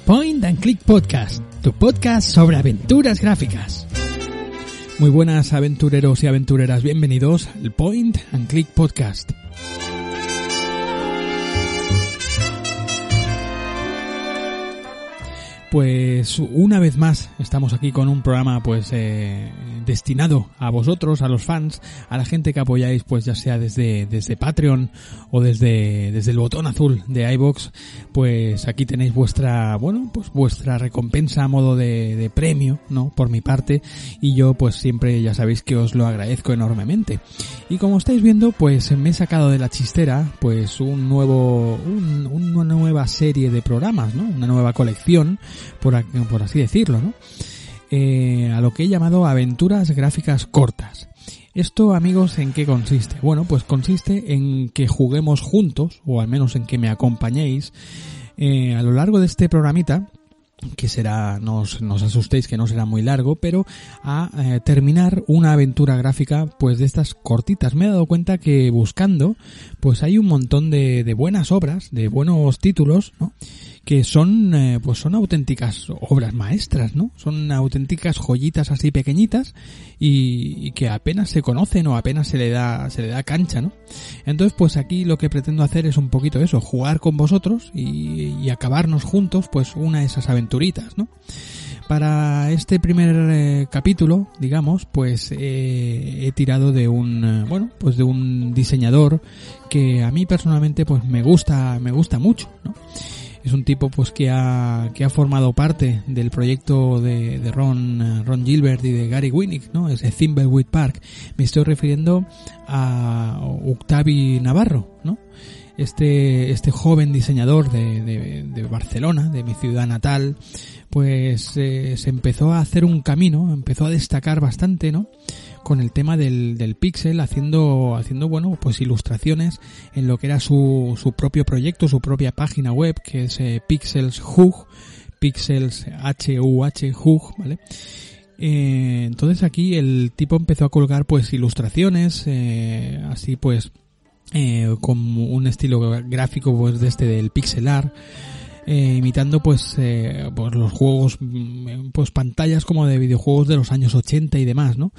Point and Click Podcast, tu podcast sobre aventuras gráficas. Muy buenas aventureros y aventureras, bienvenidos al Point and Click Podcast. Pues una vez más estamos aquí con un programa destinado a vosotros, a los fans, a la gente que apoyáis, pues ya sea desde Patreon o desde el botón azul de iVoox. Pues aquí tenéis vuestra recompensa a modo de premio, ¿no? Por mi parte, y yo pues siempre ya sabéis que os lo agradezco enormemente. Y como estáis viendo, pues me he sacado de la chistera pues una nueva serie de programas, ¿no? Una nueva colección, por así decirlo, ¿no? A lo que he llamado aventuras gráficas cortas. Esto, amigos, ¿en qué consiste? Bueno, pues consiste en que juguemos juntos, o al menos en que me acompañéis a lo largo de este programita, que será, no os asustéis que no será muy largo, pero a terminar una aventura gráfica pues de estas cortitas. Me he dado cuenta que buscando pues hay un montón de buenas obras, de buenos títulos, ¿no? Que son auténticas obras maestras, ¿no? Son auténticas joyitas así pequeñitas y que apenas se conocen o apenas se le da cancha, ¿no? Entonces pues aquí lo que pretendo hacer es un poquito eso, jugar con vosotros y acabarnos juntos pues una de esas aventuritas, ¿no? Para este primer capítulo, digamos, pues he tirado de un diseñador que a mí personalmente pues me gusta mucho, ¿no? Es un tipo pues que ha formado parte del proyecto de Ron Gilbert y de Gary Winnick, ¿no? Ese Thimbleweed Park. Me estoy refiriendo a Octavi Navarro, ¿no? Este joven diseñador de Barcelona, de mi ciudad natal, pues se empezó a hacer un camino, empezó a destacar bastante, ¿no? Con el tema del pixel, haciendo pues ilustraciones en lo que era su propio proyecto, su propia página web, que es Pixels Hug, Pixels Hug, ¿vale? Entonces aquí el tipo empezó a colgar pues ilustraciones, así pues con un estilo gráfico pues del pixel art, imitando pues los juegos, pues pantallas como de videojuegos de los años 80 y demás, ¿no?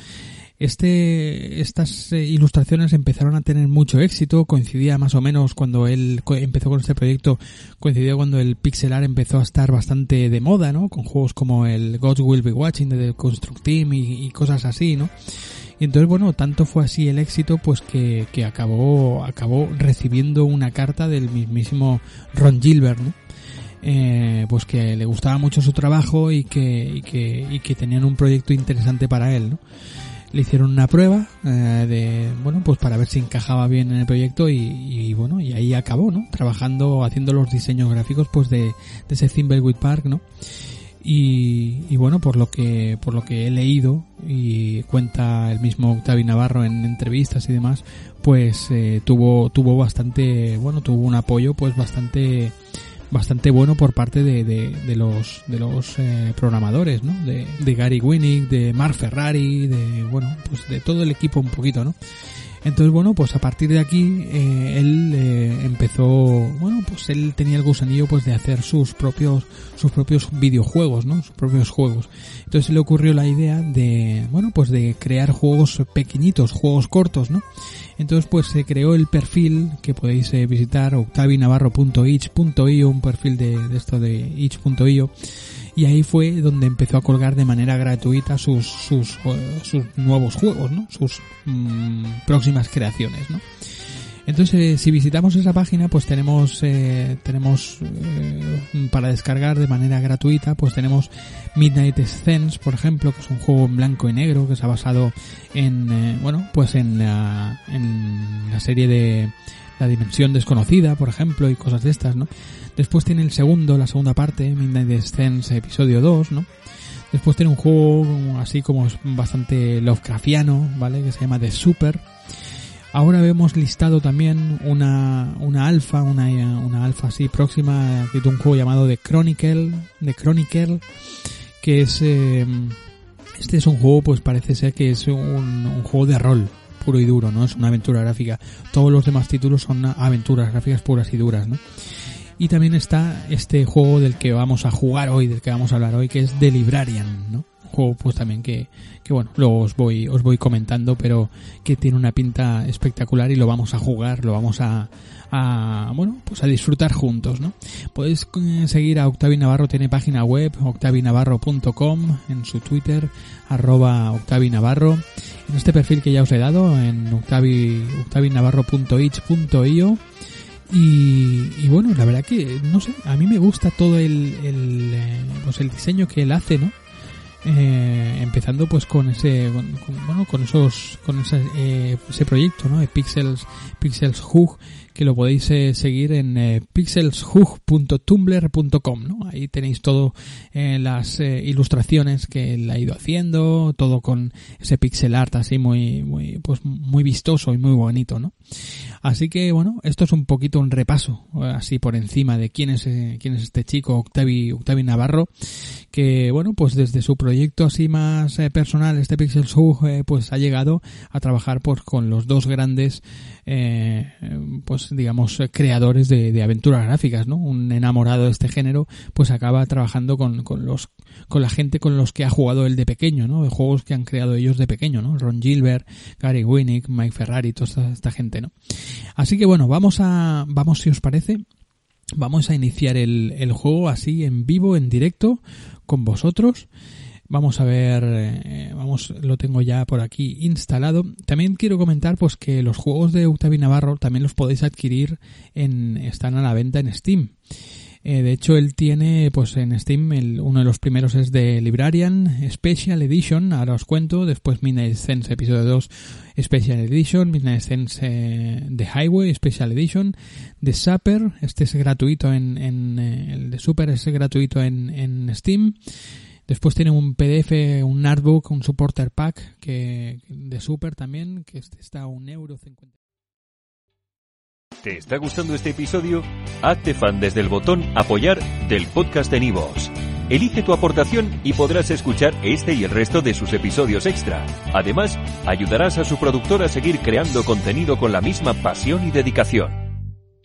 Estas ilustraciones empezaron a tener mucho éxito, coincidía más o menos cuando él empezó con este proyecto, coincidió cuando el pixel art empezó a estar bastante de moda, ¿no? Con juegos como el God Will Be Watching de The Construct Team y cosas así, ¿no? Y entonces, bueno, tanto fue así el éxito pues que acabó recibiendo una carta del mismísimo Ron Gilbert, ¿no? Pues que le gustaba mucho su trabajo y que tenían un proyecto interesante para él, ¿no? Le hicieron una prueba pues para ver si encajaba bien en el proyecto y ahí acabó, ¿no? Trabajando, haciendo los diseños gráficos pues de ese Thimbleweed Park, ¿no? Y bueno, por lo que he leído y cuenta el mismo Octavi Navarro en entrevistas y demás, pues tuvo un apoyo pues bastante bueno por parte de los programadores, ¿no? De Gary Winnick, de Mark Ferrari, de todo el equipo un poquito, ¿no? Entonces, bueno, pues a partir de aquí él empezó, él tenía el gusanillo pues de hacer sus propios videojuegos, ¿no? Sus propios juegos. Entonces se le ocurrió la idea de crear juegos pequeñitos, juegos cortos, ¿no? Entonces pues se creó el perfil que podéis visitar, octavinavarro.itch.io, un perfil de esto de itch.io, y ahí fue donde empezó a colgar de manera gratuita sus nuevos juegos, ¿no? Sus próximas creaciones, ¿no? Entonces, si visitamos esa página, pues tenemos para descargar de manera gratuita, pues tenemos Midnight Scents, por ejemplo, que es un juego en blanco y negro que se ha basado en la serie de La Dimensión Desconocida, por ejemplo, y cosas de estas, ¿no? Después tiene la segunda parte, Midnight Scents Episodio 2, ¿no? Después tiene un juego así como bastante Lovecraftiano, ¿vale? Que se llama The Super. Ahora hemos listado también una alfa así próxima, que es un juego llamado The Chronicle, que es este es un juego, pues parece ser que es un juego de rol puro y duro, ¿no? Es una aventura gráfica. Todos los demás títulos son aventuras gráficas puras y duras, ¿no? Y también está este juego del que vamos a jugar hoy, del que vamos a hablar hoy, que es The Librarian, ¿no? Un juego pues también que bueno, luego os voy comentando, pero que tiene una pinta espectacular y lo vamos a jugar, lo vamos a disfrutar juntos, ¿no? Podéis seguir a Octavi Navarro, tiene página web, octavinavarro.com, en su Twitter, @octavinavarro, en este perfil que ya os he dado, en octavinavarro.itch.io. Y bueno, la verdad que, no sé, a mí me gusta todo el diseño que él hace, ¿no? Empezando pues con ese proyecto, ¿no? De Pixels Hug, que lo podéis seguir en pixelshug.tumblr.com, ¿no? Ahí tenéis todo, las ilustraciones que él ha ido haciendo, todo con ese pixel art así muy vistoso y muy bonito, ¿no? Así que bueno, esto es un poquito un repaso así por encima de quién es este chico, Octavi Navarro, que bueno, pues desde su proyecto así más personal, este Pixels Hug, pues ha llegado a trabajar pues con los dos grandes digamos creadores de aventuras gráficas, ¿no? Un enamorado de este género pues acaba trabajando con la gente con los que ha jugado él de pequeño, ¿no? De juegos que han creado ellos de pequeño, ¿no? Ron Gilbert, Gary Winnick, Mike Ferrari, toda esta gente, ¿no? Así que bueno, vamos si os parece, vamos a iniciar el juego así en vivo, en directo con vosotros. Vamos a ver, lo tengo ya por aquí instalado. También quiero comentar pues que los juegos de Octavi Navarro también los podéis adquirir están a la venta en Steam. De hecho, él tiene pues en Steam uno de los primeros es de Librarian Special Edition, ahora os cuento, después Midnight Sense Episodio 2 Special Edition, Midnight Sense The Highway Special Edition, The Supper, este es gratuito el de Super es gratuito en Steam. Después tiene un PDF, un artbook, un supporter pack de Super también, que está a €1.50. ¿Te está gustando este episodio? Hazte fan desde el botón Apoyar del podcast de Nivos. Elige tu aportación y podrás escuchar este y el resto de sus episodios extra. Además, ayudarás a su productor a seguir creando contenido con la misma pasión y dedicación.